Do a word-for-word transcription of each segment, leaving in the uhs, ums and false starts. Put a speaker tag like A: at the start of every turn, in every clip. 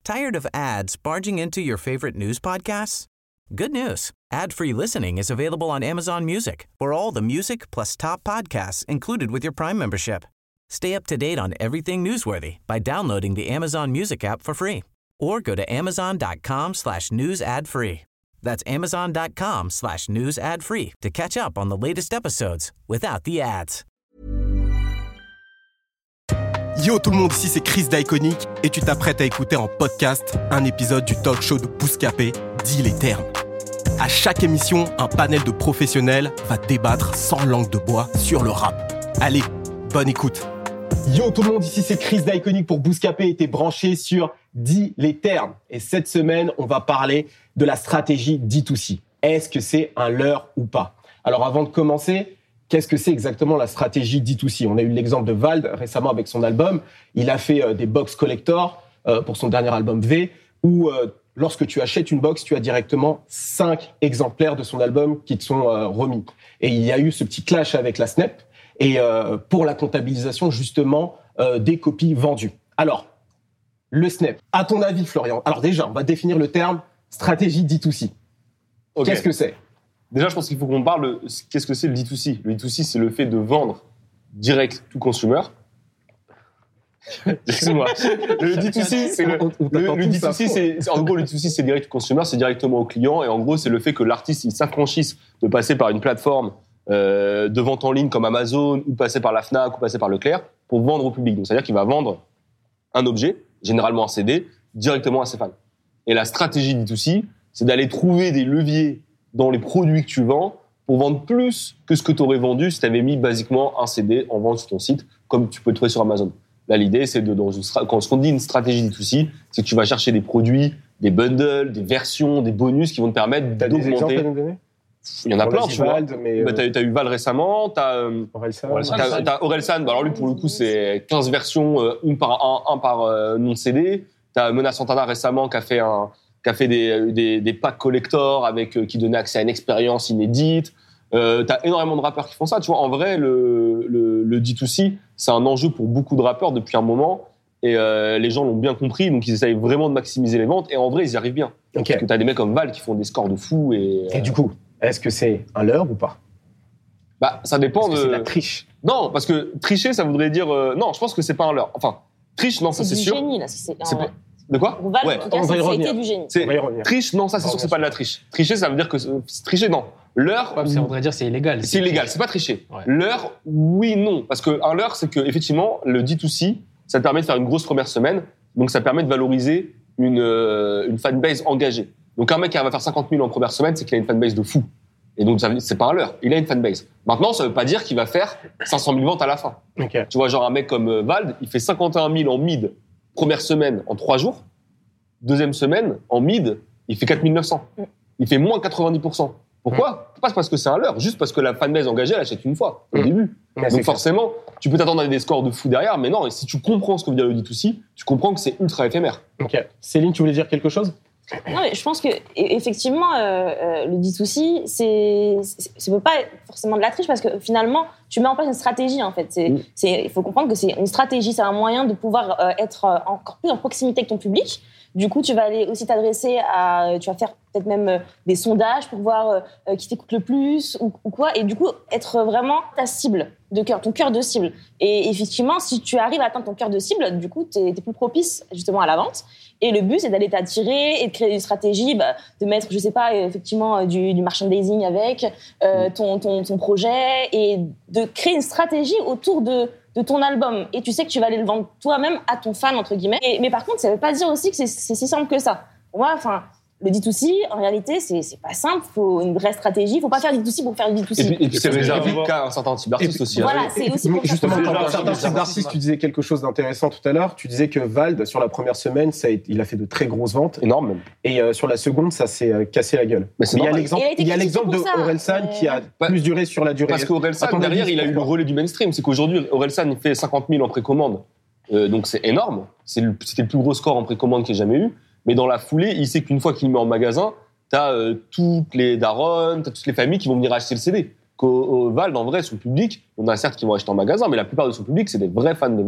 A: Tired of ads barging into your favorite news podcasts? Good news. Ad-free listening is available on Amazon Music for all the music plus top podcasts included with your Prime membership. Stay up to date on everything newsworthy by downloading the Amazon Music app for free or go to amazon.com slash news ad free. That's amazon.com slash news ad free to catch up on the latest episodes without the ads.
B: Yo tout le monde, ici c'est Chris d'Iconic et tu t'apprêtes à écouter en podcast un épisode du talk show de Bouscapé, Dis les termes. À chaque émission, un panel de professionnels va débattre sans langue de bois sur le rap. Allez, bonne écoute. Yo tout le monde, ici c'est Chris d'Iconic pour Bouscapé et t'es branché sur Dis les termes. Et cette semaine, on va parler de la stratégie D deux C. Est-ce que c'est un leurre ou pas? Alors avant de commencer, qu'est-ce que c'est exactement la stratégie D deux C? On a eu l'exemple de Vald récemment avec son album. Il a fait euh, des box collector euh, pour son dernier album V, où euh, lorsque tu achètes une box, tu as directement cinq exemplaires de son album qui te sont euh, remis. Et il y a eu ce petit clash avec la Snap et euh, pour la comptabilisation justement euh, des copies vendues. Alors, le Snap, à ton avis Florian, alors déjà, on va définir le terme stratégie D deux C. Okay. Qu'est-ce que c'est?
C: Déjà, je pense qu'il faut qu'on parle de qu'est-ce que c'est le D deux C. Le D deux C, c'est le fait de vendre direct to consumer. Excuse-moi. Le D deux C, c'est le, le, le D deux C, c'est, c'est en gros le D deux C, c'est direct to consumer, c'est directement au client. Et en gros, c'est le fait que l'artiste il s'affranchisse de passer par une plateforme euh, de vente en ligne comme Amazon ou passer par la Fnac ou passer par Leclerc pour vendre au public. Donc, c'est-à-dire qu'il va vendre un objet, généralement un C D, directement à ses fans. Et la stratégie D deux C, c'est d'aller trouver des leviers dans les produits que tu vends pour vendre plus que ce que tu aurais vendu si tu avais mis basiquement un C D en vente sur ton site, comme tu peux le trouver sur Amazon. Là, l'idée, c'est de, dans une, quand on dit une stratégie D deux C, c'est que tu vas chercher des produits, des bundles, des versions, des bonus qui vont te permettre
B: t'as
C: d'augmenter.
B: Des exemples à nous donner?
C: Il y en a plein, tu vois.
B: Mais
C: bah, t'as, t'as eu Val récemment, t'as, euh,
B: Orelsan.
C: t'as, t'as Orelsan. Bah, alors lui, pour le coup, c'est quinze versions, euh, une par un, un par euh, non-C D. T'as Mona Santana récemment qui a fait un, qui a fait des, des, des packs collector avec, euh, qui donnaient accès à une expérience inédite. Euh, t'as énormément de rappeurs qui font ça. Tu vois, en vrai, le, le, le D deux C, c'est un enjeu pour beaucoup de rappeurs depuis un moment. Et euh, les gens l'ont bien compris, donc ils essayent vraiment de maximiser les ventes. Et en vrai, ils y arrivent bien.
B: Okay.
C: Parce que t'as des mecs comme Val qui font des scores de fou. Et,
B: et du coup, est-ce que c'est un leurre ou pas?
C: Bah, ça dépend
B: Est-ce
C: de.
B: Que c'est de la triche?
C: Non, parce que tricher, ça voudrait dire. Euh... Non, je pense que c'est pas un leurre. Enfin, triche, non, ça c'est,
D: c'est
C: sûr.
D: C'est du génie, là. C'est,
C: c'est... Pas... De quoi?
D: Val, ouais. En tout cas,
B: on va y revenir.
D: Du génie.
C: C'est... Triche, non, ça c'est sûr que c'est pas de la triche. Tricher, ça veut dire que tricher, non. Leurre,
E: ouais, ça voudrait dire c'est illégal.
C: C'est, c'est illégal, c'est pas tricher. Ouais. Leurre, oui, non, parce que un leurre, c'est que effectivement, le D deux C, ça te permet de faire une grosse première semaine, donc ça permet de valoriser une euh, une fanbase engagée. Donc un mec qui va faire cinquante mille en première semaine, c'est qu'il a une fanbase de fou. Et donc ça, c'est pas un leurre, il a une fanbase. Maintenant, ça veut pas dire qu'il va faire cinq cent mille ventes à la fin.
B: Okay.
C: Tu vois, genre un mec comme euh, Vald, il fait cinquante et un mille en mid première semaine en trois jours. Deuxième semaine, en mid, il fait quatre mille neuf cents. Il fait moins quatre-vingt-dix pour cent. Pourquoi? Pas parce que c'est un leurre, juste parce que la fanbase engagée, elle achète une fois, au mmh. début.
B: Ouais,
C: donc forcément, clair. Tu peux t'attendre à des scores de fou derrière, mais non, et si tu comprends ce que veut dire le D deux C, tu comprends que c'est ultra éphémère.
B: Ok. Céline, tu voulais dire quelque chose?
D: Non, mais je pense que effectivement, euh, euh, le D deux C, c'est, c'est, ça peut pas être forcément de la triche parce que finalement, tu mets en place une stratégie en fait. C'est, mmh. c'est, il faut comprendre que c'est une stratégie, c'est un moyen de pouvoir euh, être euh, encore plus en proximité avec ton public. Du coup, tu vas aller aussi t'adresser à, tu vas faire peut-être même euh, des sondages pour voir euh, qui t'écoute le plus ou, ou quoi, et du coup être vraiment ta cible de cœur, ton cœur de cible. Et effectivement, si tu arrives à atteindre ton cœur de cible, du coup, t'es, t'es plus propice justement à la vente. Et le but, c'est d'aller t'attirer et de créer une stratégie, bah, de mettre, je sais pas, effectivement, du, du merchandising avec euh, ton, ton, ton projet et de créer une stratégie autour de, de ton album. Et tu sais que tu vas aller le vendre toi-même à ton fan, entre guillemets. Et, mais par contre, ça veut pas dire aussi que c'est, c'est si simple que ça. Pour moi, enfin, le D deux C, en réalité, c'est, c'est pas simple. Il faut une vraie stratégie. Il faut pas faire du D deux C pour faire du D deux C.
C: Et puis, et puis c'est réservé qu'à un certain type d'artiste aussi.
D: Voilà, hein. C'est aussi pour
B: justement, quand un certain type d'artiste, tu disais quelque chose d'intéressant tout à l'heure. Tu disais que Vald, sur la première semaine, ça a été, il a fait de très grosses ventes.
C: Énorme même.
B: Et euh, sur la seconde, ça s'est euh, cassé la gueule.
C: Mais,
B: mais il y a l'exemple, il y a l'exemple de Orelsan mais... qui a
C: bah,
B: plus duré sur la durée.
C: Parce qu'Orelsan, derrière, il a eu le relais du mainstream. C'est qu'aujourd'hui, Orelsan, il fait cinquante mille en précommande. Euh, donc c'est énorme. C'est le, c'était le plus gros score en précommande qu'il ait jamais eu. Mais dans la foulée, il sait qu'une fois qu'il le met en magasin, t'as euh, toutes les darons, t'as toutes les familles qui vont venir acheter le C D. Qu'au au Vald, en vrai, son public, on a certes qui vont acheter en magasin, mais la plupart de son public, c'est des vrais fans de Vald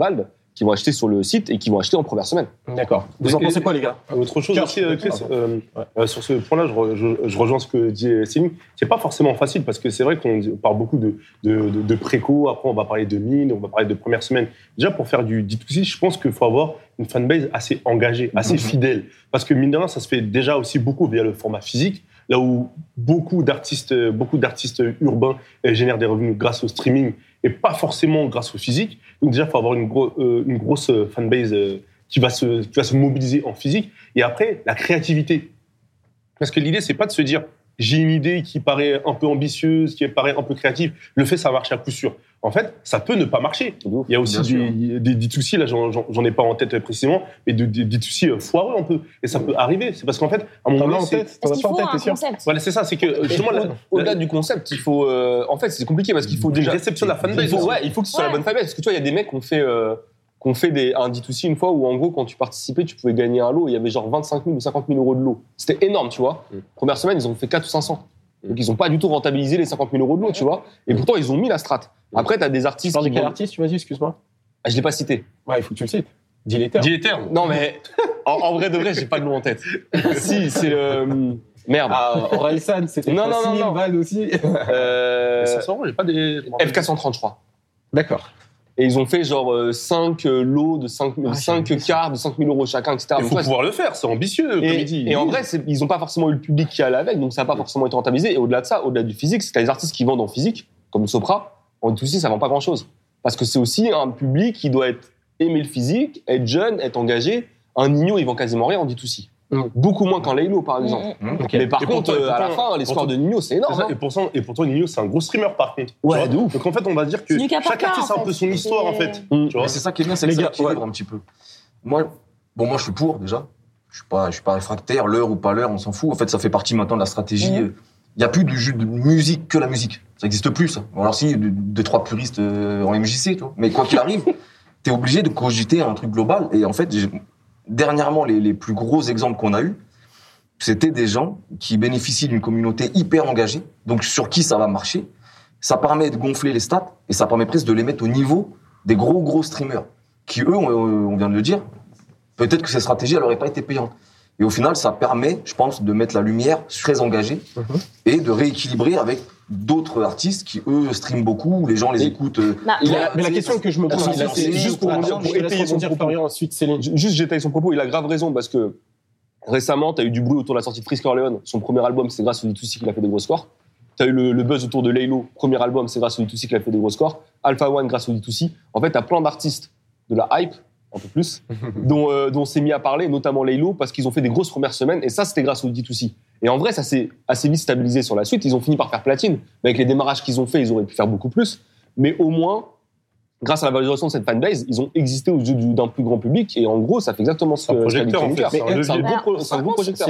C: qui vont acheter sur le site et qui vont acheter en première semaine.
E: D'accord. Vous en pensez quoi, les gars?
F: Autre chose aussi, Chris, euh, ouais. euh, sur ce point-là, je, re, je, je rejoins ce que dit Céline. C'est pas forcément facile parce que c'est vrai qu'on parle beaucoup de, de, de, de préco. Après, on va parler de mine, on va parler de première semaine. Déjà, pour faire du D deux C, je pense qu'il faut avoir une fanbase assez engagée, assez mm-hmm. fidèle. Parce que mine de rien, ça se fait déjà aussi beaucoup via le format physique. Là où beaucoup d'artistes, beaucoup d'artistes urbains génèrent des revenus grâce au streaming et pas forcément grâce au physique. Donc déjà, il faut avoir une, gros, euh, une grosse fanbase euh, qui, va se, qui va se mobiliser en physique. Et après, la créativité. Parce que l'idée, c'est pas de se dire j'ai une idée qui paraît un peu ambitieuse, qui paraît un peu créative. Le fait, ça marche à coup sûr. En fait, ça peut ne pas marcher. Il y a aussi des, des D deux C, là, j'en, j'en ai pas en tête précisément, mais de, des D deux C foireux un peu. Et ça peut arriver. C'est parce qu'en fait, à un moment donné, c'est...
D: Est-ce qu'il faut un concept ?
F: Voilà, c'est ça. C'est que justement,
C: la, au-delà du concept, il faut. Euh, en fait, c'est compliqué parce qu'il faut déjà.
F: Réception de la fanbase.
C: Il faut, ouais, il faut que ce soit ouais. la bonne fanbase. Parce que tu vois, il y a des mecs qui ont fait. Euh, qu'on fait des, un D deux C une fois où, en gros, quand tu participais, tu pouvais gagner un lot. Il y avait genre vingt-cinq mille ou cinquante mille euros de lot. C'était énorme, tu vois. Mm. Première semaine, ils ont fait quatre ou cinq cents. Donc, ils n'ont pas du tout rentabilisé les cinquante mille euros de lot, tu vois. Et pourtant, ils ont mis la strat. Après, tu as des artistes.
E: Tu parles de quel artiste, tu m'as dit, excuse-moi?
C: Ah, je ne l'ai pas cité.
E: Ouais, il faut que tu le cites. Dis les termes.
C: Dis les termes. Non, mais en, en vrai de vrai, j'ai pas de nom en tête. Si, c'est le. Merde.
E: Ah, Orelsan, c'était
C: non, non, non, non.
E: Val aussi.
C: Euh.
F: cinq cents euros, j'ai pas des.
C: F K cent trente, je crois.
E: D'accord.
C: Et ils ont fait genre euh, cinq euh, lots de cinq, ah, cinq quarts de cinq mille euros chacun, et cetera.
F: Il faut donc, pouvoir ouais, le faire, c'est ambitieux,
C: et,
F: comme il dit.
C: Et en vrai, c'est, ils n'ont pas forcément eu le public qui allait avec, donc ça n'a pas forcément été rentabilisé. Et au-delà de ça, au-delà du physique, c'est que t'as des artistes qui vendent en physique, comme Sopra. En D deux C, ça vend pas grand-chose. Parce que c'est aussi un public qui doit être aimer le physique, être jeune, être engagé. Un Nino, il vend quasiment rien en D deux C. Mmh. Beaucoup moins qu'en Laylo, par exemple. Mmh. Okay. Mais par et contre, pourtant, euh, à la fin, les scores de Nino, c'est énorme.
F: C'est ça, et, pourtant, et pourtant, Nino, c'est un gros streamer, par contre.
C: Ouais, de ouf.
F: Donc en fait, on va dire que chaque artiste a un peu son histoire, en fait.
G: Mmh. Tu vois, mais c'est ça qui est bien, c'est que ça équilibre un petit peu. Moi, bon, moi, je suis pour, déjà. Je suis pas, je suis pas réfractaire, l'heure ou pas l'heure, on s'en fout. En fait, ça fait partie maintenant de la stratégie. Il mmh. n'y a plus du jeu de musique que la musique. Ça n'existe plus, ça. Alors si, deux, trois puristes en M J C, tu vois. Mais quoi qu'il arrive, t'es obligé de cogiter un truc global. Et en fait, dernièrement, les, les plus gros exemples qu'on a eus, c'était des gens qui bénéficient d'une communauté hyper engagée, donc sur qui ça va marcher. Ça permet de gonfler les stats et ça permet presque de les mettre au niveau des gros, gros streamers qui, eux, on, on vient de le dire, peut-être que cette stratégie, elle n'aurait pas été payante. Et au final, ça permet, je pense, de mettre la lumière très engagée mmh. et de rééquilibrer avec d'autres artistes qui, eux, streament beaucoup, les gens les écoutent. Euh,
E: bah, mais, la, mais la question que je me pose, c'est, c'est juste pour, pour, pour étayer son propos. Ensuite, Céline.
C: Juste, j'étaye son propos, il a grave raison, parce que récemment, tu as eu du bruit autour de la sortie de Frisk Orleans. Son premier album, c'est grâce au D deux C qu'il a fait des gros scores. Tu as eu le, le buzz autour de Laylo. Premier album, c'est grâce au D deux C qu'il a fait des gros scores. Alpha One, grâce au D deux C. En fait, tu as plein d'artistes de la hype, un peu plus, dont, euh, dont on s'est mis à parler, notamment Laylo, parce qu'ils ont fait des grosses premières semaines. Et ça, c'était grâce au D deux C. Et en vrai, ça s'est assez vite stabilisé sur la suite. Ils ont fini par faire platine. Mais avec les démarrages qu'ils ont fait, ils auraient pu faire beaucoup plus. Mais au moins, grâce à la valorisation de cette fanbase, ils ont existé aux yeux du, d'un plus grand public. Et en gros, ça fait exactement ce que...
F: C'est un projecteur, en fait.
C: C'est un, c'est un gros, pro, c'est un gros projecteur.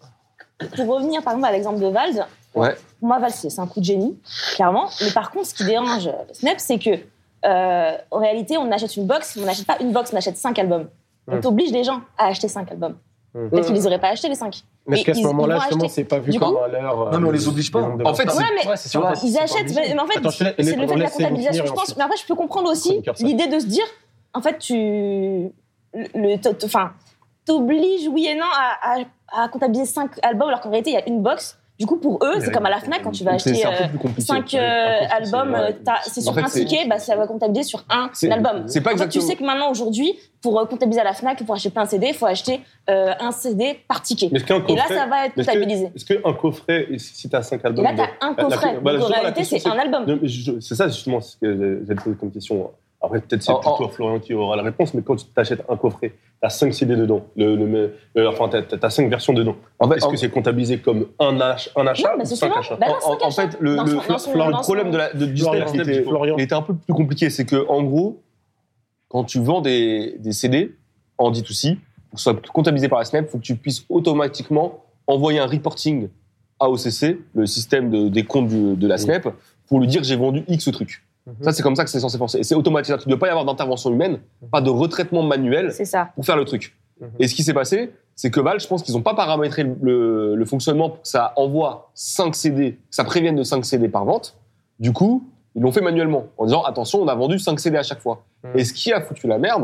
D: Pour revenir, par exemple, à l'exemple de Vald,
C: ouais.
D: pour moi, Vald, c'est, c'est un coup de génie, clairement. Mais par contre, ce qui dérange Snap, c'est que, euh, en réalité, on achète une box, on n'achète pas une box, on achète cinq albums. On t'oblige les gens à acheter cinq albums. Mmh. Peut-être qu'ils les auraient pas achetés, les cinq.
E: Mais est-ce qu'à ce moment-là, justement, c'est pas vu comme à l'heure.
G: Non, mais on les oblige pas.
C: En fait,
D: ouais, mais ouais, c'est sûr, ils achètent. Mais en fait, Attends, c'est le fait de la comptabilisation, je pense. Mais après, je peux comprendre aussi l'idée de se dire, en fait, tu. Enfin, t'obliges, oui et non, à, à, à comptabiliser cinq albums, alors qu'en réalité, il y a une box. Du coup, pour eux, c'est comme à la Fnac, quand tu vas acheter cinq euh, albums, ouais. c'est sur en fait, un ticket, c'est... Bah, ça va comptabiliser sur un c'est... album.
C: C'est pas
D: en
C: exactement...
D: fait, tu sais que maintenant, aujourd'hui, pour comptabiliser à la Fnac, pour acheter plein de C D, il faut acheter euh, un C D par ticket.
F: Coffret,
D: et là, ça va être comptabilisé.
F: Est-ce qu'un est coffret, si tu as cinq albums...
D: Et là, tu as un coffret. La, la, donc, en réalité, c'est, c'est un album.
F: Non, je, c'est ça, justement, ce que j'ai posé comme question. Après, peut-être c'est oh, plutôt oh. Florian qui aura la réponse, mais quand tu t'achètes un coffret, t'as cinq C D dedans, le, le, le, enfin, t'as, t'as cinq versions dedans. En fait, est-ce en... que c'est comptabilisé comme un, ach, un achat
D: non,
F: ou cinq achats
D: bah non,
C: en, en fait, le, le, le, son, le problème de la, de, du step, il était, il était un peu plus compliqué. C'est que, en gros, quand tu vends des, des C D en D deux C, pour que ce soit comptabilisé par la Snap, il faut que tu puisses automatiquement envoyer un reporting à O C C, le système de, des comptes du, de la Snap, oui. pour lui dire que j'ai vendu X truc. Mm-hmm. Ça, c'est comme ça que c'est censé penser. Et c'est automatique. Il ne doit pas y avoir d'intervention humaine, mm-hmm. pas de retraitement manuel pour faire le truc. Mm-hmm. Et ce qui s'est passé, c'est que Val, je pense qu'ils n'ont pas paramétré le, le, le fonctionnement pour que ça envoie cinq C D, que ça prévienne de cinq C D par vente. Du coup, ils l'ont fait manuellement, en disant attention, on a vendu cinq C D à chaque fois. Mm-hmm. Et ce qui a foutu la merde,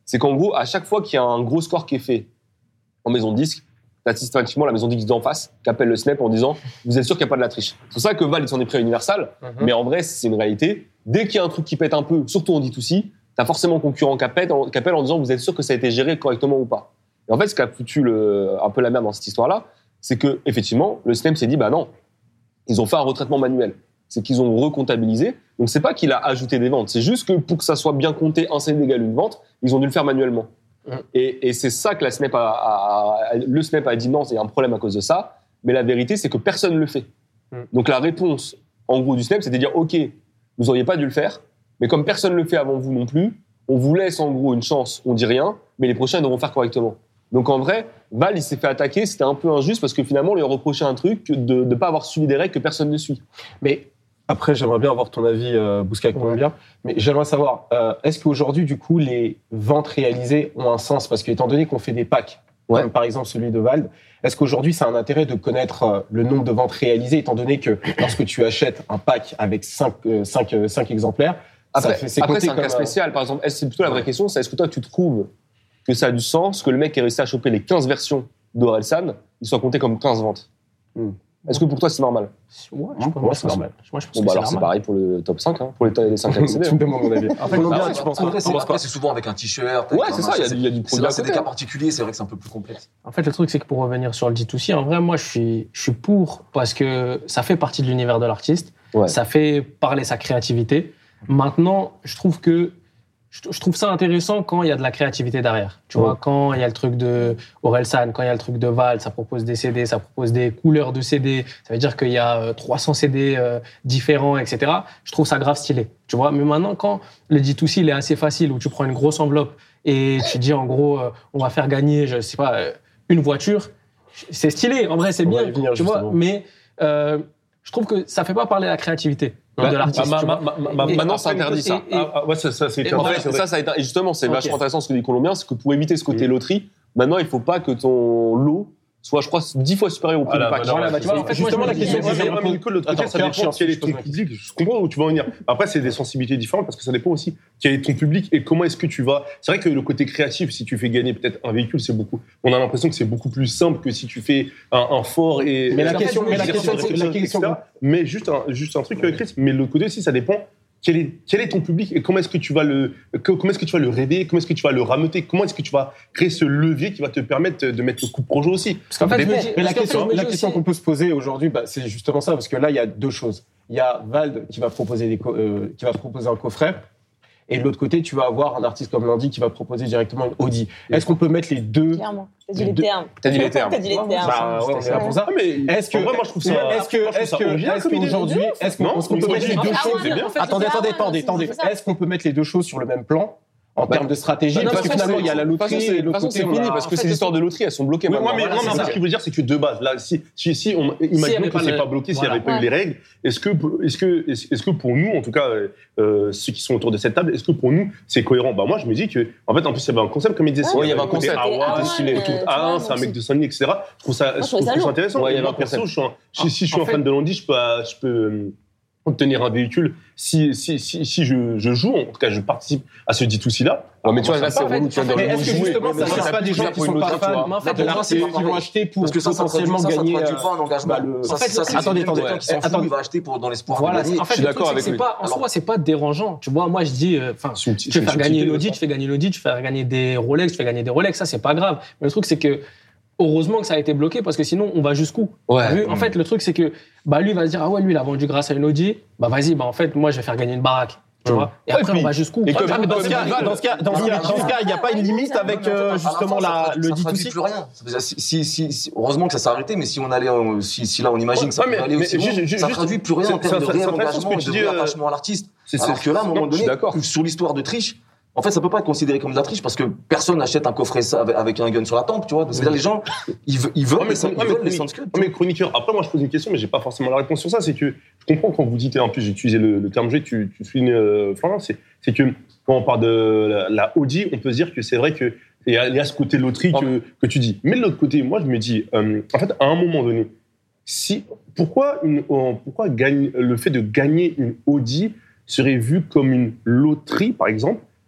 C: c'est qu'en gros, à chaque fois qu'il y a un gros score qui est fait en maison de disque, t'as systématiquement la maison de disque d'en face qui appelle le Snap en disant « Vous êtes sûr qu'il n'y a pas de la triche ?» C'est pour ça que Val, il s'en est pris à Universal, mm-hmm. mais en vrai, c'est une réalité. Dès qu'il y a un truc qui pète un peu, surtout en D deux C, t'as forcément un concurrent qui appelle, qui appelle en disant « Vous êtes sûr que ça a été géré correctement ou pas ?» Et en fait, ce qui a foutu le, un peu la merde dans cette histoire-là, c'est que effectivement, le Snap s'est dit « Bah non, ils ont fait un retraitement manuel. » C'est qu'ils ont recomptabilisé. Donc, c'est pas qu'il a ajouté des ventes. C'est juste que pour que ça soit bien compté, un C D égale une vente, ils ont dû le faire manuellement. Mmh. Et, et c'est ça que la Snap a, a, a, le Snap a dit non, il y a un problème à cause de ça. Mais la vérité, c'est que personne ne le fait. Mmh. Donc, la réponse, en gros, du Snap, c'est de dire, OK, vous auriez pas dû le faire. Mais comme personne ne le fait avant vous non plus, on vous laisse, en gros, une chance, on dit rien, mais les prochains devront faire correctement. Donc, en vrai, Val, il s'est fait attaquer. C'était un peu injuste parce que finalement, on lui a reproché un truc de ne pas avoir suivi des règles que personne ne suit.
E: Mais après, j'aimerais bien avoir ton avis, euh, Bousca Colombien. Mais j'aimerais savoir, euh, est-ce qu'aujourd'hui, du coup, les ventes réalisées ont un sens ? Parce qu'étant donné qu'on fait des packs, ouais. comme par exemple celui de Vald, est-ce qu'aujourd'hui, ça a un intérêt de connaître euh, le nombre de ventes réalisées, étant donné que lorsque tu achètes un pack avec cinq exemplaires,
C: après,
E: ça fait, c'est,
C: après, c'est un cas
E: comme,
C: spécial. Par exemple, c'est plutôt la vraie question, c'est est-ce que toi, tu trouves que ça a du sens que le mec qui est réussi à choper les quinze versions d'Orelsan, il soit compté comme quinze ventes hmm. Est-ce que pour toi, c'est normal ?
H: Ouais, je pense, moi, c'est normal. Moi, je pense
C: bon,
H: que
C: bah
H: c'est
C: alors,
H: normal.
C: c'est pareil pour le top cinq, hein, pour les, les cinq M C D.
E: Tu me demandes mon avis.
G: En fait, bah ouais, tu penses après, c'est, après, c'est souvent avec un t-shirt.
C: Ouais, c'est ça, il y a, il y a du produit.
G: C'est, c'est des cas particuliers, c'est vrai que c'est un peu plus complexe.
H: En fait, le truc, c'est que pour revenir sur le D deux C, en vrai, moi, je suis, je suis pour parce que ça fait partie de l'univers de l'artiste. Ouais. Ça fait parler sa créativité. Maintenant, je trouve que je trouve ça intéressant quand il y a de la créativité derrière. Tu ouais. vois, quand il y a le truc de Orelsan, quand il y a le truc de Val, ça propose des C D, ça propose des couleurs de C D. Ça veut dire qu'il y a trois cents C D euh, différents, et cetera. Je trouve ça grave stylé. Tu vois, mais maintenant, quand le D deux C, il est assez facile, où tu prends une grosse enveloppe et tu dis, en gros, euh, on va faire gagner, je sais pas, euh, une voiture, c'est stylé. En vrai, c'est on bien. Venir, tu vois, mais euh, je trouve que ça fait pas parler la créativité.
C: Bah,
H: de l'artiste.
C: Ma, ma, ma, ma, et, maintenant, ça interdit ça. Et, et, ah, ouais, ça, ça, c'est et, vrai, ça, ça, ça et justement, c'est okay. vachement intéressant ce que dit Colombien, c'est que pour éviter ce côté oui. loterie, maintenant, il faut pas que ton lot soit, je crois, dix fois supérieur au prix du pack.
E: Voilà, bah, tu vois, en fait, justement, la question, c'est vraiment Nico, de l'autre côté, ça dépend quel est ton public. Je comprends où tu vas en venir. Après, c'est des sensibilités différentes parce que ça dépend aussi quel est ton public et comment est-ce que tu vas. C'est vrai que le côté créatif, si tu fais gagner peut-être un véhicule, c'est beaucoup. On a l'impression que c'est beaucoup plus simple que si tu fais un, un fort et. Mais la question, mais la question, la question,
F: mais juste un, juste un truc, Chris. Mais le côté aussi, ça dépend. Quel est, quel est ton public et comment est-ce que tu vas le, comment est-ce que tu vas le raider, comment est-ce que tu vas le rameuter, comment est-ce que tu vas créer ce levier qui va te permettre de mettre le coup de projet aussi.
E: Parce qu'en fait, mais, mais la question, la question qu'on peut se poser aujourd'hui, bah, c'est justement ça, parce que là, il y a deux choses. Il y a Vald qui va proposer des, co- euh, qui va proposer un coffret. Et de l'autre côté, tu vas avoir un artiste comme Landy qui va proposer directement une Audi. Est-ce qu'on peut mettre les deux ?
D: Clairement. T'as dit les termes.
C: T'as dit les termes.
D: T'as dit les termes.
E: Bah, ouais, on est là pour ça.
F: Mais
E: est-ce que,
F: en vrai, moi, je trouve ça.
E: Est-ce que, est-ce que, est-ce qu'aujourd'hui, est-ce qu'on peut mettre les deux choses ? Attendez, attendez, attendez, attendez. Est-ce qu'on peut mettre les deux choses sur le même plan ? En bah, termes de stratégie, bah, parce que finalement, il y a la loterie et l'autre côté,
C: c'est fini, parce que ces histoires de loterie, elles sont bloquées.
F: Oui, mais non, mais ce qu'il veut dire, c'est que de base, là, si, si, si, on, imaginons que c'est pas bloqué, s'il n'y avait pas eu les règles, est-ce que, est-ce que, est-ce que pour nous, en tout cas, euh, ceux qui sont autour de cette table, est-ce que pour nous, c'est cohérent? Bah, moi, je me dis que, en fait, en plus, il y avait un concept, comme il disait.
C: Oui, il y avait un concept.
F: Ah ouais, stylé. A un, c'est un mec de Sony, et cetera. Je trouve ça, je trouve ça intéressant. Ouais, il y avait un concept. Si je suis un fan de Landy, je peux, je peux, obtenir un véhicule si si si si je je joue, en tout cas je participe à ce D deux C là.
C: Ouais, mais tu vois là c'est relou, tu vois,
E: mais est-ce que justement ça ne pas des gens qui sont pas fans de l'artiste qui vont acheter pour potentiellement gagner
G: ça traduit pas un engagement.
E: Attendez, attendez,
G: attendez, il va acheter pour dans l'espoir.
H: Voilà, en fait je suis d'accord avec lui. En soi c'est pas dérangeant, tu vois, moi je dis enfin tu fais faire gagner une Audi, tu fais gagner une Audi, tu fais gagner des Rolex, tu fais gagner des Rolex, ça c'est pas grave. Mais le truc c'est que heureusement que ça a été bloqué parce que sinon on va jusqu'où. Ouais. En fait le truc c'est que bah lui va se dire ah ouais lui il a vendu grâce à une Audi, bah vas-y bah en fait moi je vais faire gagner une baraque. Tu vois. Et après, ouais, on va jusqu'où?
E: Et comme, dans ce cas, dans ce cas, dans ce cas, dans ce cas, il n'y a pas une limite avec euh, justement la, le D deux C.
G: Plus rien. Si, si, si, heureusement que ça s'est arrêté, mais si on allait, si, si là on imagine que ça peut aller aussi loin, ça traduit plus rien en termes de réel engagement et de vrai attachement à l'artiste. Alors que là, à un moment donné, sur l'histoire de triche, en fait, ça peut pas être considéré comme de la triche parce que personne n'achète un coffret ça avec un gun sur la tempe, tu vois. C'est-à-dire les gens, ils veulent, ils veulent les soundscapes.
F: Mais chroniqueur, après moi je pose une question, mais j'ai pas forcément la réponse sur ça. C'est que je comprends quand vous dites, et en plus j'ai utilisé le, le terme G, tu, tu soulignes, euh, Florent, c'est, c'est que quand on parle de la, la Audi, on peut se dire que c'est vrai que il y a, il y a ce côté loterie que, que tu dis. Mais de l'autre côté, moi je me dis, euh, en fait, à un moment donné, si pourquoi une, euh, pourquoi gagne, le fait de gagner une Audi serait vu comme une loterie, par exemple?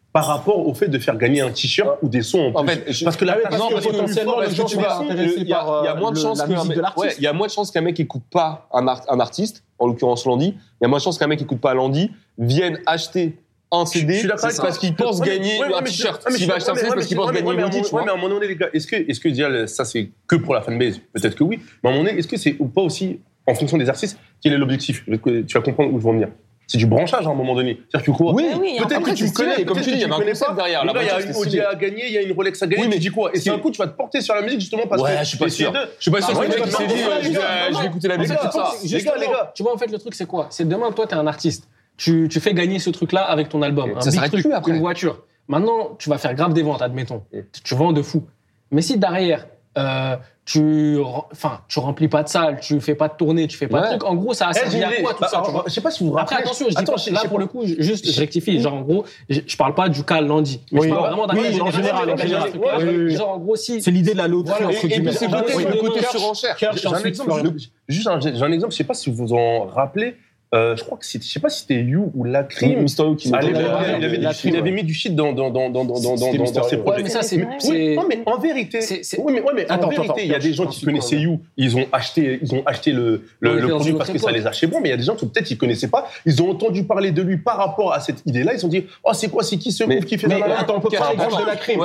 F: par rapport au fait de faire gagner un t-shirt ou des sons en, en fait,
C: parce que là, non, parce que potentiellement, les gens tu vas il y a moins de chances ouais, il y a moins de chances qu'un mec écoute pas un, art, un artiste, en l'occurrence Landy, il y a moins de chances qu'un mec écoute pas Landy vienne acheter un C D parce qu'il pense gagner un t-shirt. S'il va acheter un C D parce qu'il pense gagner une titre.
F: Ouais, mais à un moment donné, les gars, est-ce que, est-ce que déjà, ça c'est que pour la fanbase? Peut-être que oui. Mais à un moment donné, est-ce que c'est ou pas aussi, en fonction des artistes, quel est l'objectif? Tu vas comprendre où je veux en venir. C'est du branchage à un moment donné. C'est-à-dire que quoi?
C: Oui,
D: oui,
C: peut-être que tu me connais, comme tu dis, il y a un concept derrière.
F: Là, il y a une Audi à gagner, il y a une Rolex à gagner. Oui, mais tu dis quoi? Et c'est un coup, tu vas te porter sur la musique justement parce que.
C: Ouais, je suis pas sûr. Je suis pas sûr que le mec qui s'est dit, je vais écouter la musique.
H: Les gars, les gars. Tu vois, en fait, le truc, c'est quoi? C'est demain, toi, t'es un artiste. Tu, tu fais gagner ce truc-là avec ton album. Un big truc, une voiture. Maintenant, tu vas faire grave des ventes, admettons. Tu vends de fou. Mais si derrière, euh, tu, enfin, tu remplis pas de salles, tu fais pas de tournée, tu fais pas ouais. de trucs. En gros, ça a servi à quoi tout bah, ça tu vois.
F: Je sais pas si vous vous rappelez.
H: Après, attention, je dis Attends, pas, je, là pour le coup, juste je rectifie. Genre en gros, je, je parle pas du cas Landy, mais oui, je parle vraiment d'un
E: oui, en général. En général. Oui,
H: genre en gros, si
E: c'est l'idée de la loterie
C: voilà,
E: entre
C: guillemets. Et puis c'est le côté surenchère.
F: J'ai un exemple. Juste, j'ai un exemple. Je sais pas si vous vous en rappelez. Euh, je crois que c'est, je sais pas si c'était You ou Lacrim.
C: Mister You qui
F: ah, il, avait, il, avait, il avait mis du shit dans dans dans dans dans dans, dans ses projets.
H: Ouais, mais ça c'est, c'est...
F: Oui, non, mais en vérité, c'est, c'est... oui mais ouais mais attends, en vérité, il y a des gens qui connaissaient You, ils ont acheté ils ont acheté le le, le produit parce que ça les a chez bon, mais il y a des gens qui peut-être ils connaissaient pas, ils ont entendu parler de lui par rapport à cette idée-là, ils ont dit "Oh, c'est quoi, c'est qui ce move qui fait ça?"
E: Mais attends, on peut prendre l'exemple de Lacrim.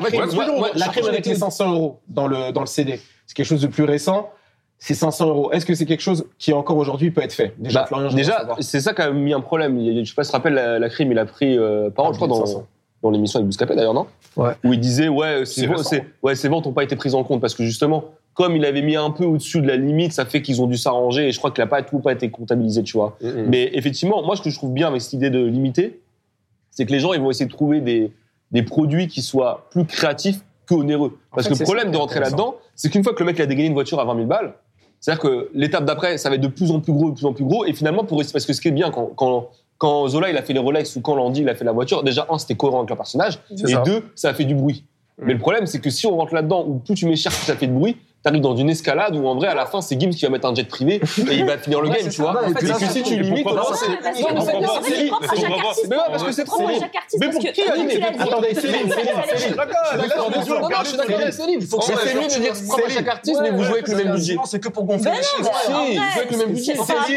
E: Lacrim avec les cinq cents euros dans le dans le C D. C'est quelque chose de plus récent. C'est cinq cents euros. Est-ce que c'est quelque chose qui encore aujourd'hui peut être fait?
C: Déjà, bah, Florian, déjà c'est ça qui a mis un problème. Je sais pas si tu te rappelles, la, la crime, il a pris euh, parole, ah, je crois, dans, dans l'émission avec Bouscapé d'ailleurs, non?
E: Ouais.
C: Où il disait, ouais, ces ventes, c'est, ouais, ces ventes n'ont pas été prises en compte parce que justement, comme il avait mis un peu au-dessus de la limite, ça fait qu'ils ont dû s'arranger et je crois qu'il n'a pas tout pas été comptabilisé, tu vois. Mm-hmm. Mais effectivement, moi, ce que je trouve bien avec cette idée de limiter, c'est que les gens, ils vont essayer de trouver des, des produits qui soient plus créatifs que onéreux. Parce en fait, que le problème de rentrer là-dedans, c'est qu'une fois que le mec a dégainé une voiture à vingt mille balles, c'est-à-dire que l'étape d'après, ça va être de plus en plus gros, de plus en plus gros, et finalement, pour parce que ce qui est bien quand, quand, quand Zola il a fait les Rolex ou quand Landy il a fait la voiture, déjà un c'était cohérent avec le personnage, c'est et ça. deux ça a fait du bruit. Mmh. Mais le problème c'est que si on rentre là-dedans où plus tu mets cher, plus ça fait de bruit, t'arrives dans une escalade où en vrai à la fin c'est Gims qui va mettre un jet privé et il va finir le ouais, game, tu vois.
D: En
C: fait, et que si tu limites,
D: c'est propre à chaque artiste.
C: Mais ouais, parce que c'est
D: propre à chaque artiste.
C: Mais pour qui a dit? Attendez, Céline, Céline, Céline, il faut que c'est mieux de dire propre à chaque artiste, mais vous jouez avec le même budget.
G: C'est que pour gonfler les chiffres.
C: Si, vous jouez avec le même budget.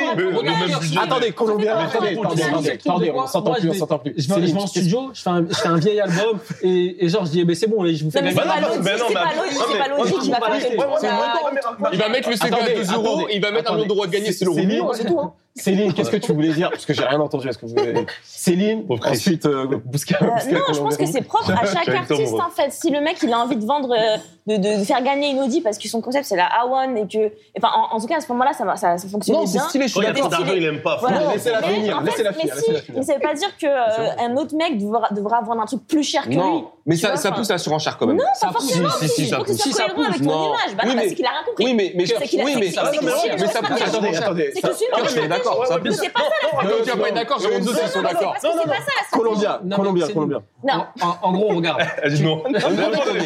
E: Attendez, Colombien, attendez, attendez, on s'entend plus, on s'entend plus.
H: Je vais en studio, je fais un vieil album et genre je dis mais c'est bon, je vous fais gagner.
D: C'est pas logique, il va faire
C: il va mettre le C D à deux euros, il va mettre un million d'euros à gagner, c'est l'euro million, c'est tout. Hein.
E: Céline, qu'est-ce que tu voulais dire? Parce que j'ai rien entendu à ce que vous avez dit. Céline, ensuite, euh, Bousca.
D: Euh, non, je pense que c'est propre à chaque artiste, en fait. Si le mec, il a envie de vendre, euh, de, de faire gagner une Audi parce que son concept, c'est la A un et que, enfin, en, en tout cas, à ce moment-là, ça, ça, ça fonctionnait bien.
C: Non, c'est stylé, je suis d'accord.
F: D'argent, il aime pas.
E: Voilà. Laissez-la finir, laissez-la finir.
D: Mais ça veut pas dire qu'un autre mec devra vendre un truc plus cher que lui.
C: Non, mais ça pousse à la surenchère quand même.
D: Non, pas forcément. Il faut que ce soit cohérent avec ton image. Bah non, c'est qu'il a rien compris.
C: Oui, mais, mais, oui, mais, ça pousse à la surenchère.
E: Attendez,
C: je suis d'accord.
D: C'est pas ça la
C: tu vas pas être d'accord, j'ai deux, ils sont d'accord.
D: Non, non, c'est pas ça la
E: Colombien, Colombien, Colombien.
D: Non.
H: En gros, regarde.
F: Elle dit non. Elle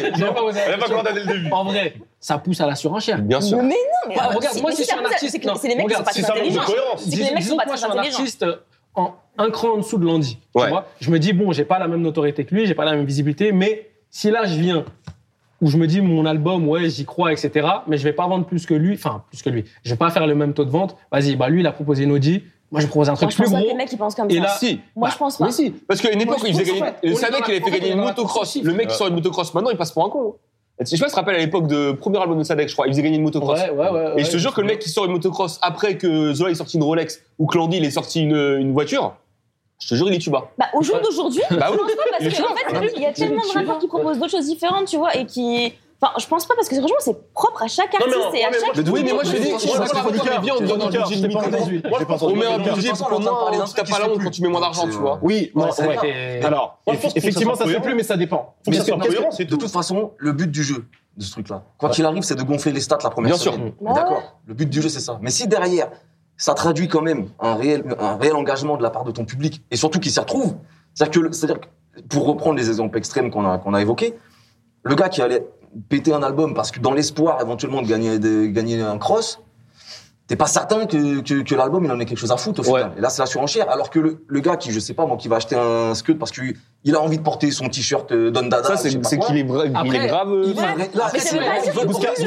H: n'a
F: pas commandé dès le début.
H: En vrai, ça pousse à la surenchère.
C: Bien sûr.
D: Mais non, mais
H: regarde, moi si je suis un artiste,
D: c'est les mecs qui sont pas très intelligents. C'est que les mecs sont pas très intelligents.
H: Disons que moi je suis un artiste en un cran en dessous de Landy. Tu vois, je me dis bon, j'ai pas la même notoriété que lui, j'ai pas la même visibilité, mais si là je viens où je me dis mon album, ouais, j'y crois, et cetera, mais je vais pas vendre plus que lui, enfin plus que lui. Je vais pas faire le même taux de vente. Vas-y, bah lui il a proposé une Audi. Moi, je propose un truc
D: moi,
H: plus gros.
D: Les mecs, ils pensent comme
C: et
D: ça.
C: là, si.
D: Moi, bah, je pense pas.
C: Mais si. Parce qu'à une époque, il faisait gagner. Il savait qu'il avait fait gagner une motocross. Le mec qui sort une motocross, maintenant, il passe pour un con. Je sais pas si tu te rappelles à l'époque de premier album de Sadek, je crois, il faisait gagner une motocross.
H: Ouais, ouais, ouais.
C: Et je te jure que le mec qui sort une motocross après que Zola ait sorti une Rolex ou que Landy il ait sorti une, une voiture, je te jure, il est tuba.
D: Bah, au jour d'aujourd'hui,
C: bah, oui.
D: je pense pas parce qu'en fait, il y a tellement de rappeurs qui proposent d'autres choses différentes, tu vois, et qui. Enfin, je pense pas parce que franchement, c'est propre à chaque artiste et à chaque.
C: Oui, mais moi je te dis, je pense qu'on est bien, on donne un budget limité. On met un budget pour moi, t'as pas la honte quand tu mets moins d'argent, tu vois.
E: Oui, ouais. Alors, effectivement, ça se fait plus, mais ça dépend.
G: De toute façon, le but du jeu de ce truc-là, quand il arrive, c'est de gonfler les stats la première semaine. Bien sûr. D'accord. Le but du jeu, c'est ça. Mais si derrière, ça traduit quand même un réel, un réel engagement de la part de ton public et surtout qu'il s'y retrouve, c'est-à-dire que, c'est-à-dire que pour reprendre les exemples extrêmes qu'on a qu'on a évoqués, le gars qui allait péter un album parce que dans l'espoir éventuellement de gagner, de gagner un cross, t'es pas certain que, que, que l'album il en ait quelque chose à foutre au final. Ouais. Et là c'est la surenchère. Alors que le, le gars qui, je sais pas moi, qui va acheter un scud parce qu'il il a envie de porter son t-shirt Don Dada.
C: Ça c'est, c'est qu'il est, vra-
H: Après,
C: il est grave.
D: Ouais. Là, après, c'est pas sûr que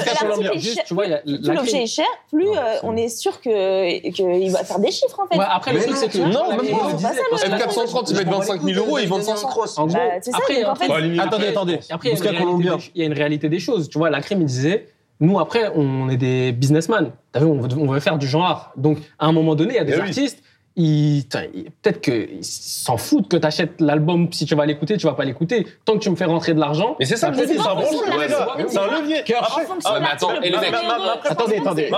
H: tu vois,
D: plus l'objet est cher, plus euh, on est sûr que qu'il va faire des chiffres en fait.
H: Ouais, après le truc c'est que
C: non, même pas. F quatre cent trente ils mettent vingt-cinq mille euros, ils vendent cinq cents.
H: En gros,
D: après
H: en fait,
E: attendez, attendez.
H: Après il y a une réalité des choses. Tu vois, la crème il disait. Nous, après, on est des businessmen. T'as vu, on veut, on veut faire du genre. Donc, à un moment donné, il y a des et artistes, oui. ils, peut-être qu'ils s'en foutent que t'achètes l'album. Si tu vas l'écouter, tu vas pas l'écouter. Tant que tu me fais rentrer de l'argent.
F: Mais c'est ça, c'est un bon choix, les gars. C'est un levier.
C: Ah, mais attends, et les mecs.
E: Attendez, attendez.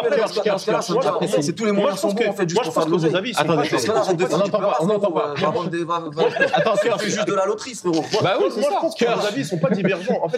G: C'est tous les moyens sont bons, en fait, juste pour faire de l'oseille.
E: Attendez,
G: on n'entend pas. Attends, Cœur, c'est juste de la loterie, frérot.
F: Bah oui, c'est ça. Moi, je pense que vos avis, ils sont pas divergents. En fait,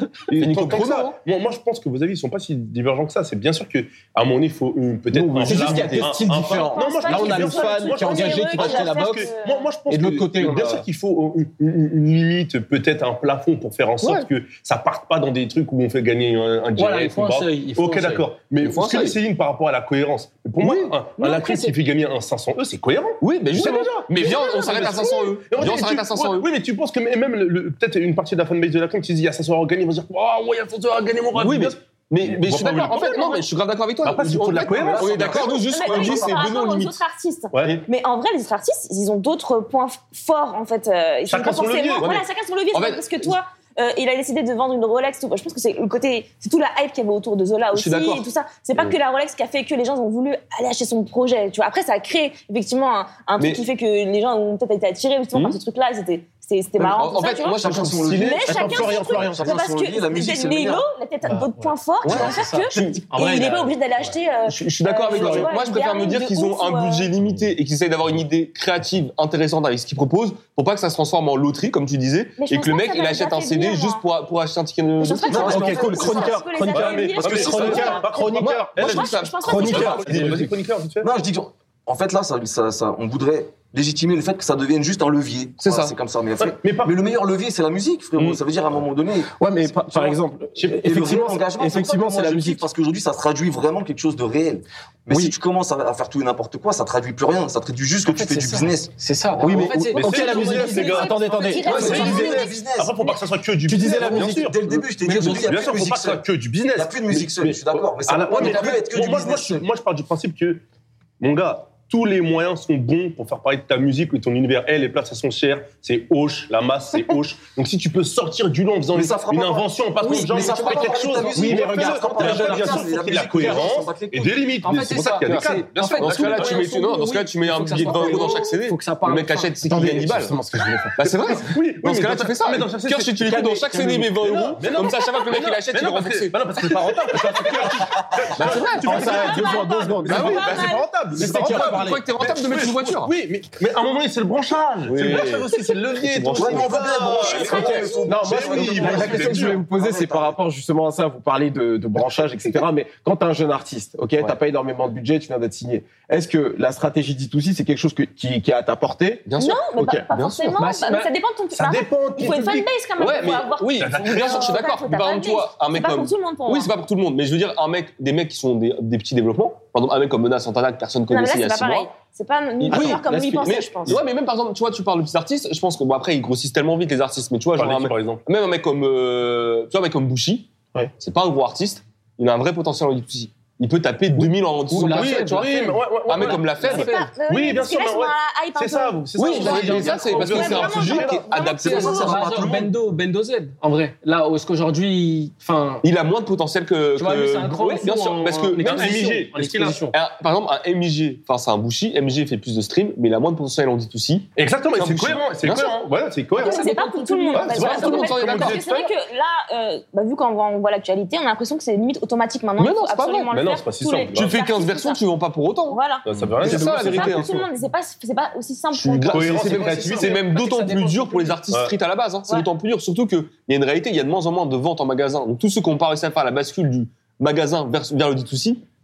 F: moi, je pense que vos avis, ils sont pas si divergents que ça. C'est bien sûr qu'à un moment donné, il faut peut-être.
E: C'est juste qu'il y a deux styles différents. Là, on a le fan qui est engagé, qui va acheter la box.
F: Moi, je pense. Et de l'autre côté, bien sûr qu'il faut une limite, peut-être un plafond pour faire en sorte que ça parte pas dans des trucs où on fait gagner un direct.
H: Voilà, il faut un seuil.
F: Ok, d'accord. Mais ce que dit Céline par rapport à la cohérence. Pour moi, un actrice qui fait gagner un cinq cents E, c'est cohérent.
C: Oui, mais justement. Mais viens, on s'arrête à cinq cents E. Viens, on s'arrête à cinq cents E.
F: Oui, mais tu penses que même peut-être une partie de la fanbase de la crème qui se dit il y a cinq cents euros à gagner, ils vont dire oh, ouais, il y a cinq cents euros à gagner, mon rêve.
C: Oui, mais. Mais, mais je suis d'accord. En fait, non, mais je suis grave d'accord avec toi.
F: Après, il faut de la cohérence.
C: On est d'accord. Nous, juste, on dit, c'est venons limite.
D: Autres artistes. Ouais. Mais en vrai, les autres artistes, ils ont d'autres points forts, en fait. Ils
F: chacun son levier.
D: Voilà, chacun son levier. C'est parce que toi, euh, il a décidé de vendre une Rolex. Tout. Je pense que c'est le côté, c'est tout la hype qu'il y avait autour de Zola aussi, et tout ça. C'est pas oui. que la Rolex qui a fait que les gens ont voulu aller acheter son projet. Tu vois. Après, ça a créé effectivement un, un truc mais... qui fait que les gens ont peut-être été attirés justement mmh. par ce truc-là. C'était C'était, c'était marrant.
C: En, en
D: ça,
C: fait, moi, chacun son
D: levier.
C: Mais
D: chacun son
C: Florian, Florian,
D: chacun son levier. La musique, c'est Mélo, il a peut-être d'autres points forts qui vont faire que. Et il n'est pas obligé d'aller acheter.
C: Je suis d'accord avec toi. Moi, je préfère me dire qu'ils ont un budget limité et qu'ils essayent d'avoir une idée créative, intéressante avec ce qu'ils proposent, pour pas que ça se transforme en loterie, comme tu disais, et que le mec, il achète un C D juste pour acheter un ticket de.
E: Ok, cool. Chroniqueur, chroniqueur, parce que chroniqueur, chroniqueur, chroniqueur.
F: Vas-y, chroniqueur, vite fait.
G: Non, je dis en fait, là, ça, ça, ça, on voudrait légitimer le fait que ça devienne juste un levier.
C: C'est voilà,
G: ça. C'est comme ça. Mais,
F: ouais, mais, pas...
G: mais le meilleur levier, c'est la musique, frérot. Mm. Ça veut dire à un moment donné.
E: Ouais, mais par, par exemple, effectivement, effectivement, c'est la musique.
G: Parce qu'aujourd'hui, ça traduit vraiment quelque chose de réel. Mais oui. si tu commences à, à faire tout et n'importe quoi, ça traduit plus rien. Ça traduit juste que en fait, tu fais du ça. business.
H: C'est ça.
E: Oui, mais,
H: en fait, c'est,
E: mais ok, la musique, les gars. Attendez, attendez.
G: C'est du business.
F: Après, faut pas que ça soit que du
E: business. Tu disais la musique.
G: Dès le début, je t'ai dit,
F: bien sûr, faut pas que ça soit que du business.
G: Il n'y a plus de musique seule, je suis d'accord. Mais ça ne peut être que du business.
F: Moi, je pars du principe que, mon gars, tous les moyens sont bons pour faire parler de ta musique et ton univers. Hey, les places, elles sont chères. C'est Auch, la masse, c'est Auch. Donc, si tu peux sortir du lot en faisant une invention, en passant de gens, tu fais quelque chose.
E: Oui, mais regarde,
F: bien sûr, il faut qu'il y ait de la cohérence et des limites. C'est pour ça qu'il y a des cadres.
C: Bien sûr, dans ce cas-là, tu mets, non, dans ce cas-là, tu mets un billet de vingt euros dans chaque C D. Le mec achète, c'est qu'il gagne dix balles. Bah, c'est vrai.
F: Oui,
C: dans ce cas-là, tu fais ça. Cœur, si tu l'écoutes dans chaque C D, mais vingt euros. Comme ça, à chaque fois que le mec, il achète, il est remboursé.
F: Bah non, parce que c'est pas rentable.
C: Bah, c'est vrai.
E: Tu fais ça deux secondes, deux secondes.
F: Bah oui, c'est pas rentable.
C: C'est pourquoi que t'es rentable de mettre une voiture.
F: Oui, mais, mais à un moment donné, c'est le branchage.
C: Oui.
F: C'est le branchage aussi, c'est le levier.
G: Ouais, mais on veut bien brancher.
E: Non, moi, oui, la question que je voulais vous poser, c'est par rapport justement à ça. Vous parlez de, de branchage, et cetera. Mais quand t'es un jeune artiste, ok, ouais. t'as pas énormément de budget, tu viens d'être signé. Est-ce que la stratégie D deux C, c'est quelque chose que, qui, qui est à ta portée?
D: Bien sûr. Non, mais okay. pas, pas forcément. Bah, bah, ça dépend de ton.
F: Ça dépend.
D: Il faut une fanbase quand même.
C: Ouais, mais oui, bien sûr, je suis d'accord. Par exemple, toi, un mec comme.
D: C'est pas pour tout le monde pour moi.
C: Oui, c'est pas pour tout le monde. Mais je veux dire, un mec, des mecs qui sont des petits développements. Par exemple, un mec comme Mena Santana que personne connaissait il y a six mois.
D: C'est pas ni oui, comme lui pensait, je pense.
C: Ouais, mais même par exemple, tu vois, tu parles de petits artistes, je pense que bon après ils grossissent tellement vite les artistes, mais tu vois, genre un mec, par exemple, même un mec comme euh, tu vois, un mec comme Bouchy, ouais. c'est pas un gros artiste, il a un vrai potentiel en D deux C. Il peut taper deux mille en dessous de la fête, tu vois. Un mec comme la fête.
F: Oui, bien sûr. C'est ça, c'est ça.
C: Oui, ça, c'est parce que c'est un sujet qui est adapté.
H: Bendo, Bendo Z, en vrai. Là, est-ce qu'aujourd'hui, enfin.
C: Il a moins de potentiel que.
H: Tu vois, c'est un grand.
C: Oui, bien sûr. Parce que même M I G, par exemple, un M I G, enfin, c'est un Bouchy, M I G fait plus de streams, mais il a moins de potentiel en D deux C.
F: Exactement, c'est cohérent. C'est cohérent. Voilà, c'est cohérent.
D: C'est pas pour tout le monde.
C: C'est pas pour tout le monde, d'accord.
D: C'est vrai que là, vu qu'on voit l'actualité, on a l'impression que c'est limite automatique maintenant.
C: Mais non, c'est pas vrai.
F: Mais non, c'est pas si simple.
C: Tu fais quinze versions, tu vends pas pour autant.
D: Voilà.
F: Ça veut rien
C: dire. C'est ça la vérité.
D: C'est pas, c'est pas, c'est pas aussi simple.
C: C'est même d'autant plus dur pour les artistes street à la base. C'est d'autant plus dur, surtout qu'il y a une réalité, il y a de moins en moins de ventes en magasin. Donc tous ceux qui n'ont pas réussi à faire la bascule du magasin vers, vers le D deux C,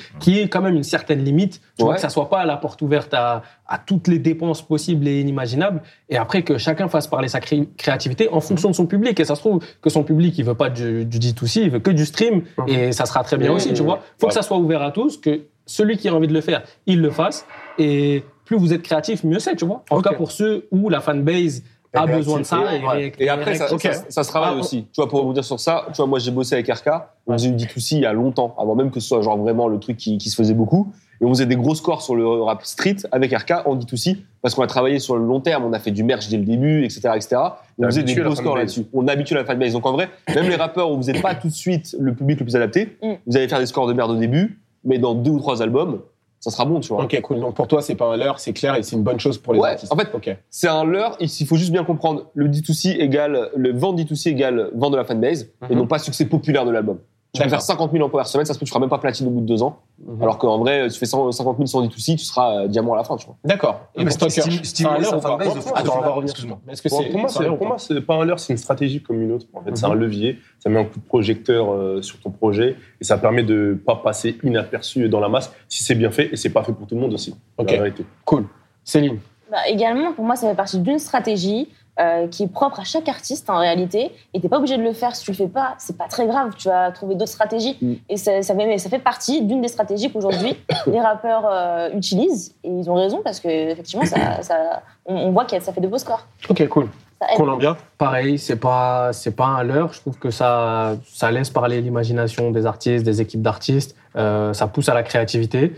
H: qui est quand même une certaine limite, tu
C: ouais.
H: vois, que ça soit pas la porte ouverte à, à toutes les dépenses possibles et inimaginables, et après que chacun fasse parler sa cré- créativité en fonction de son public. Et ça se trouve que son public, il veut pas du, du D deux C, il veut que du stream, mmh. et ça sera très bien mmh. aussi, tu vois. Faut ouais. que ça soit ouvert à tous, que celui qui a envie de le faire, il le fasse, et plus vous êtes créatif, mieux c'est, tu vois. En okay. tout cas, pour ceux où la fanbase a et besoin de ça. Et,
C: ouais. et après, ça, okay. ça, ça se travaille ah, aussi. Tu vois, pour vous dire sur ça, tu vois, moi, j'ai bossé avec R K. On faisait du D deux C il y a longtemps, avant même que ce soit genre vraiment le truc qui, qui se faisait beaucoup. Et on faisait des gros scores sur le rap street avec R K en D deux C parce qu'on a travaillé sur le long terme. On a fait du merch dès le début, et cetera, et cetera. Et on faisait des gros scores là-dessus. On a habitué la fanbase. Donc en vrai, même les rappeurs où vous n'êtes pas tout de suite le public le plus adapté, mm. vous allez faire des scores de merde au début, mais dans deux ou trois albums, ça sera bon, tu vois.
E: Ok, cool. Donc pour toi, c'est pas un leurre, c'est clair et c'est une bonne chose pour les
C: ouais,
E: artistes.
C: En fait, okay. c'est un leurre. Il faut juste bien comprendre. Le D deux C égale, le vent D deux C égale vent de la fanbase mm-hmm. et non pas succès populaire de l'album. Tu peux faire cinquante mille emplois par semaine, ça se peut que tu feras même pas platine au bout de deux ans. Mm-hmm. Alors qu'en vrai, tu fais cinquante mille sans D deux C, tu seras euh, diamant à la fin, tu vois.
E: D'accord.
G: Et mais Stocker, stimuler sa fanbase.
E: Attends, on va revenir. Excuse-moi.
F: Est-ce que c'est, pour moi, c'est, pour moi, c'est pas un leurre, c'est une stratégie comme une autre. En fait, mm-hmm. c'est un levier. Ça met un coup de projecteur euh, sur ton projet et ça permet de pas passer inaperçu dans la masse si c'est bien fait et c'est pas fait pour tout le monde aussi.
E: Ok. Cool. Céline.
D: Bah, également, pour moi, ça fait partie d'une stratégie. Euh, qui est propre à chaque artiste en réalité, et t'es pas obligé de le faire. Si tu le fais pas, c'est pas très grave, tu vas trouver d'autres stratégies. Mm. Et ça, ça, fait, ça fait partie d'une des stratégies qu'aujourd'hui les rappeurs euh, utilisent, et ils ont raison parce que effectivement, ça, ça, on, on voit que ça fait de beaux scores.
E: Ok, cool. Colombien,
H: pareil, c'est pas c'est pas un leurre. Je trouve que ça ça laisse parler l'imagination des artistes, des équipes d'artistes. Euh, ça pousse à la créativité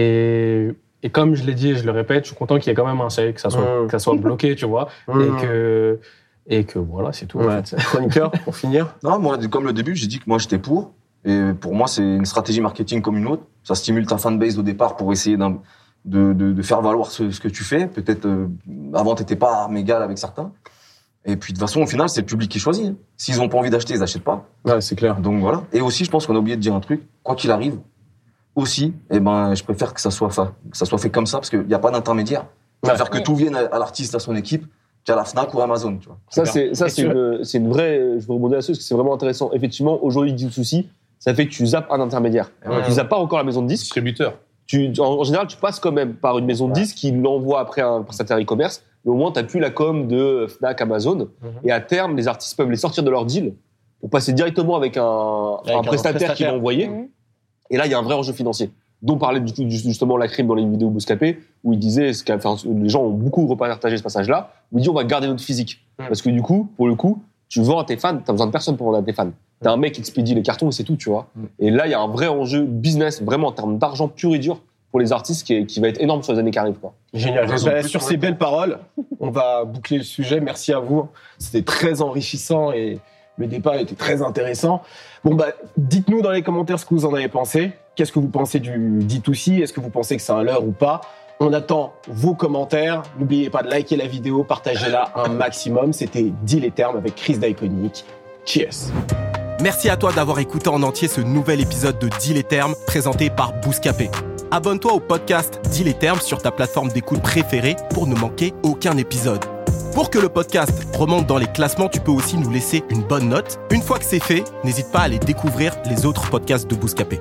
H: et Et comme je l'ai dit et je le répète, je suis content qu'il y ait quand même un seuil, que ça soit, mmh. que ça soit bloqué, tu vois. Mmh. Et que, et que voilà, c'est tout.
E: Ouais. En fait. Chroniqueur, pour finir.
G: Non, moi, comme le début, j'ai dit que moi, j'étais pour. Et pour moi, c'est une stratégie marketing comme une autre. Ça stimule ta fanbase au départ pour essayer de, de, de faire valoir ce, ce que tu fais. Peut-être, euh, avant, t'étais pas arme égale avec certains. Et puis, de toute façon, au final, c'est le public qui choisit. Hein. S'ils ont pas envie d'acheter, ils achètent pas.
E: Ouais, c'est clair.
G: Donc voilà. Et aussi, je pense qu'on a oublié de dire un truc. Quoi qu'il arrive, aussi, eh ben, je préfère que ça soit fait, que ça soit fait comme ça, parce qu'il n'y a pas d'intermédiaire. Je préfère ouais. que tout vienne à l'artiste, à son équipe, qu'à la Fnac ou Amazon, tu vois.
C: Ça, c'est, ça, c'est une, c'est une vraie, je veux rebondir là-dessus, parce que c'est vraiment intéressant. Effectivement, aujourd'hui, D deux C, ça fait que tu zappes un intermédiaire. Ouais. Tu zappes pas encore la maison de disques.
F: Distributeur.
C: Tu, en, en général, tu passes quand même par une maison de disques qui l'envoie après à un prestataire e-commerce, mais au moins, t'as plus la com de Fnac, Amazon, mm-hmm. et à terme, les artistes peuvent les sortir de leur deal pour passer directement avec un, avec un, un prestataire, prestataire qui l'a envoyé. Mm-hmm. Et là, il y a un vrai enjeu financier. Dont parlait du coup, justement la crime dans les vidéos Bouscapé, où il disait, ce enfin, les gens ont beaucoup repartagé ce passage-là, où il dit on va garder notre physique. Mmh. Parce que du coup, pour le coup, tu vends à tes fans, t'as besoin de personne pour vendre à tes fans. T'as un mec qui expédie les cartons et c'est tout, tu vois. Mmh. Et là, il y a un vrai enjeu business, vraiment en termes d'argent pur et dur, pour les artistes, qui, est, qui va être énorme sur les années qui arrivent, quoi.
E: Génial. Bah, sur ces belles paroles, on va boucler le sujet. Merci à vous. C'était très enrichissant et le débat était très intéressant. Bon, bah, dites-nous dans les commentaires ce que vous en avez pensé. Qu'est-ce que vous pensez du D deux C? Est-ce que vous pensez que c'est un leurre ou pas? On attend vos commentaires. N'oubliez pas de liker la vidéo, partagez-la un maximum. C'était Deal et Terme avec Chris d'Iconic. Cheers.
B: Merci à toi d'avoir écouté en entier ce nouvel épisode de Deal et Terme présenté par Bouscapé. Abonne-toi au podcast Deal et Terme sur ta plateforme d'écoute préférée pour ne manquer aucun épisode. Pour que le podcast remonte dans les classements, tu peux aussi nous laisser une bonne note. Une fois que c'est fait, n'hésite pas à aller découvrir les autres podcasts de Bouscapé.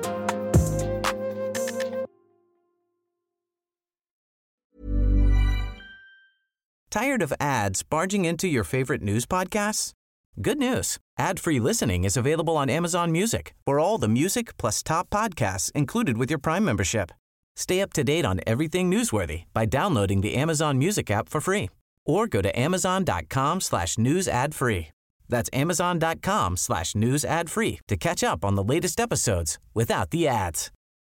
A: Tired of ads barging into your favorite news podcasts? Good news. Ad-free listening is available on Amazon Music for all the music plus top podcasts included with your Prime membership. Stay up to date on everything newsworthy by downloading the Amazon Music app for free or go to amazon.com slash news ad free. That's amazon.com slash news ad free to catch up on the latest episodes without the ads.